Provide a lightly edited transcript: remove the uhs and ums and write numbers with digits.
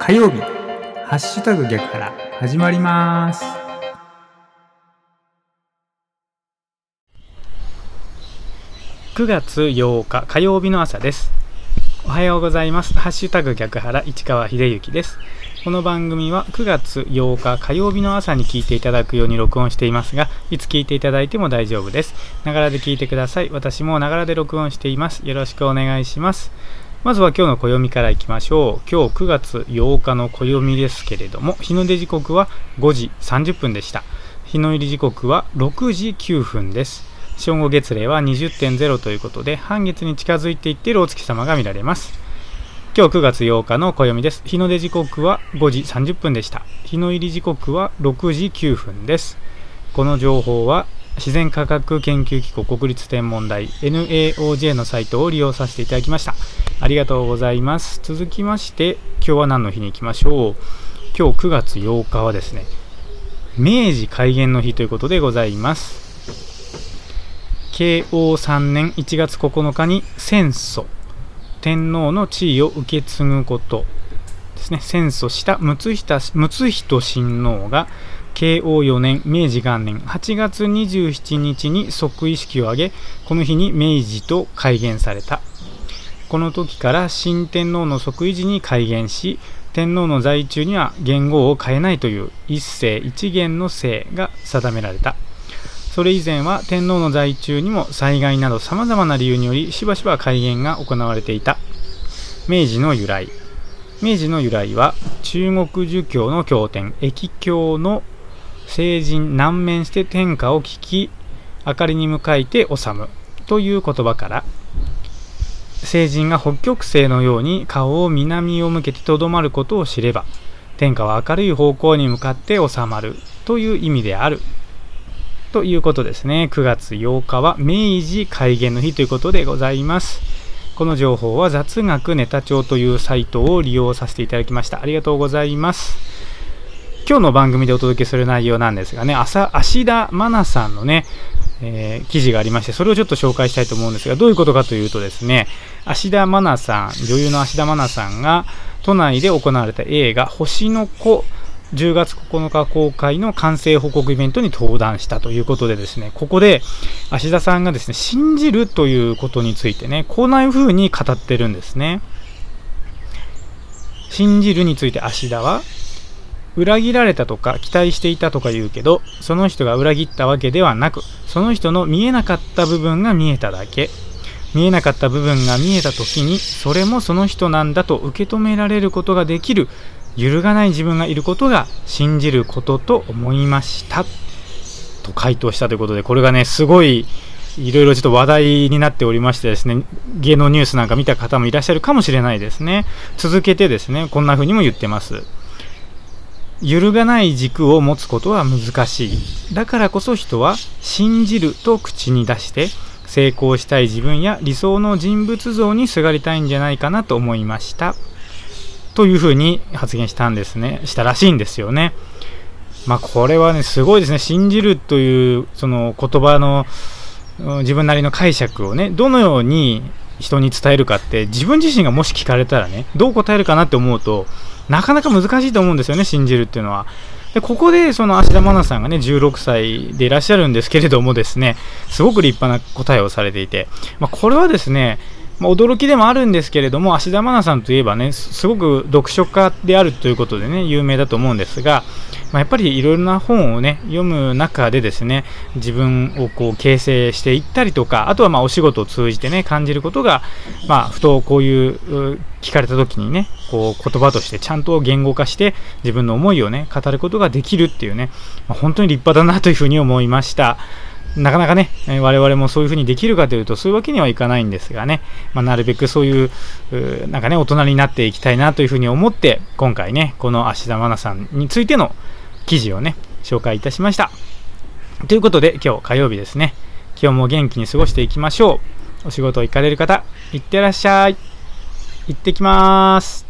火曜日ハッシュタグ逆腹始まります。9月8日火曜日の朝です。おはようございます。ハッシュタグ逆腹市川秀幸です。この番組は9月8日火曜日の朝に聞いていただくように録音していますが、いつ聞いていただいても大丈夫です。ながらで聞いてください。私もながらで録音しています。よろしくお願いします。まずは今日の暦からいきましょう。今日9月8日の暦ですけれども、日の出時刻は5時30分でした。日の入り時刻は6時9分です。正午月齢は 20.0 ということで、半月に近づいていっているお月様が見られます。今日9月8日の暦です。日の出時刻は5時30分でした。日の入り時刻は6時9分です。この情報は自然科学研究機構国立天文台 NAOJ のサイトを利用させていただきました。ありがとうございます。続きまして今日は何の日に行きましょう。今日9月8日はですね、明治開元の日ということでございます。慶応3年1月9日に戦祖天皇の地位を受け継ぐことですね。戦祖した睦仁親王が慶応4年明治元年8月27日に即位式を挙げ、この日に明治と改元された。この時から新天皇の即位時に改元し、天皇の在中には元号を変えないという一世一元の制が定められた。それ以前は天皇の在中にも災害などさまざまな理由によりしばしば改元が行われていた。明治の由来は中国儒教の経典易経の聖人南面して天下を聞き明かりに向かいて治むという言葉から、聖人が北極星のように顔を南を向けてとどまることを知れば天下は明るい方向に向かって収まるという意味であるということですね。9月8日は明治開元の日ということでございます。この情報は雑学ネタ帳というサイトを利用させていただきました。ありがとうございます。今日の番組でお届けする内容なんですがね、芦田愛菜さんのね、記事がありまして、それをちょっと紹介したいと思うんですが、どういうことかというとですね、芦田愛菜さん、女優の芦田愛菜さんが都内で行われた映画星の子10月9日公開の完成報告イベントに登壇したということでですね、ここで芦田さんがですね、信じるということについてね、こんな風に語ってるんですね。信じるについて芦田は、裏切られたとか期待していたとか言うけど、その人が裏切ったわけではなく、その人の見えなかった部分が見えただけ。見えなかった部分が見えた時に、それもその人なんだと受け止められることができる揺るがない自分がいることが信じることと思いましたと回答したということで、これがね、すごいいろいろちょっと話題になっておりましてですね、芸能ニュースなんか見た方もいらっしゃるかもしれないですね。続けてですね、こんな風にも言ってます。揺るがない軸を持つことは難しい。だからこそ人は信じると口に出して成功したい自分や理想の人物像にすがりたいんじゃないかなと思いましたというふうに発言したらしいんですよね。これはね、すごいですね。信じるというその言葉の自分なりの解釈をね、どのように人に伝えるかって、自分自身がもし聞かれたらね、どう答えるかなって思うとなかなか難しいと思うんですよね、信じるっていうのは。でここでその芦田愛菜さんがね、16歳でいらっしゃるんですけれどもですね、すごく立派な答えをされていて、これはですね、驚きでもあるんですけれども、芦田愛菜さんといえばね、すごく読書家であるということでね、有名だと思うんですが、やっぱりいろいろな本をね、読む中でですね、自分をこう形成していったりとか、あとはお仕事を通じてね、感じることが、ふとこういう聞かれた時にね、こう言葉としてちゃんと言語化して自分の思いをね、語ることができるっていうね、本当に立派だなというふうに思いました。なかなかね、我々もそういうふうにできるかというとそういうわけにはいかないんですがね、なるべくそういうなんかね、大人になっていきたいなというふうに思って、今回ね、この芦田愛菜さんについての記事をね、紹介いたしました。ということで、今日火曜日ですね、今日も元気に過ごしていきましょう。お仕事行かれる方、いってらっしゃい。行ってきます。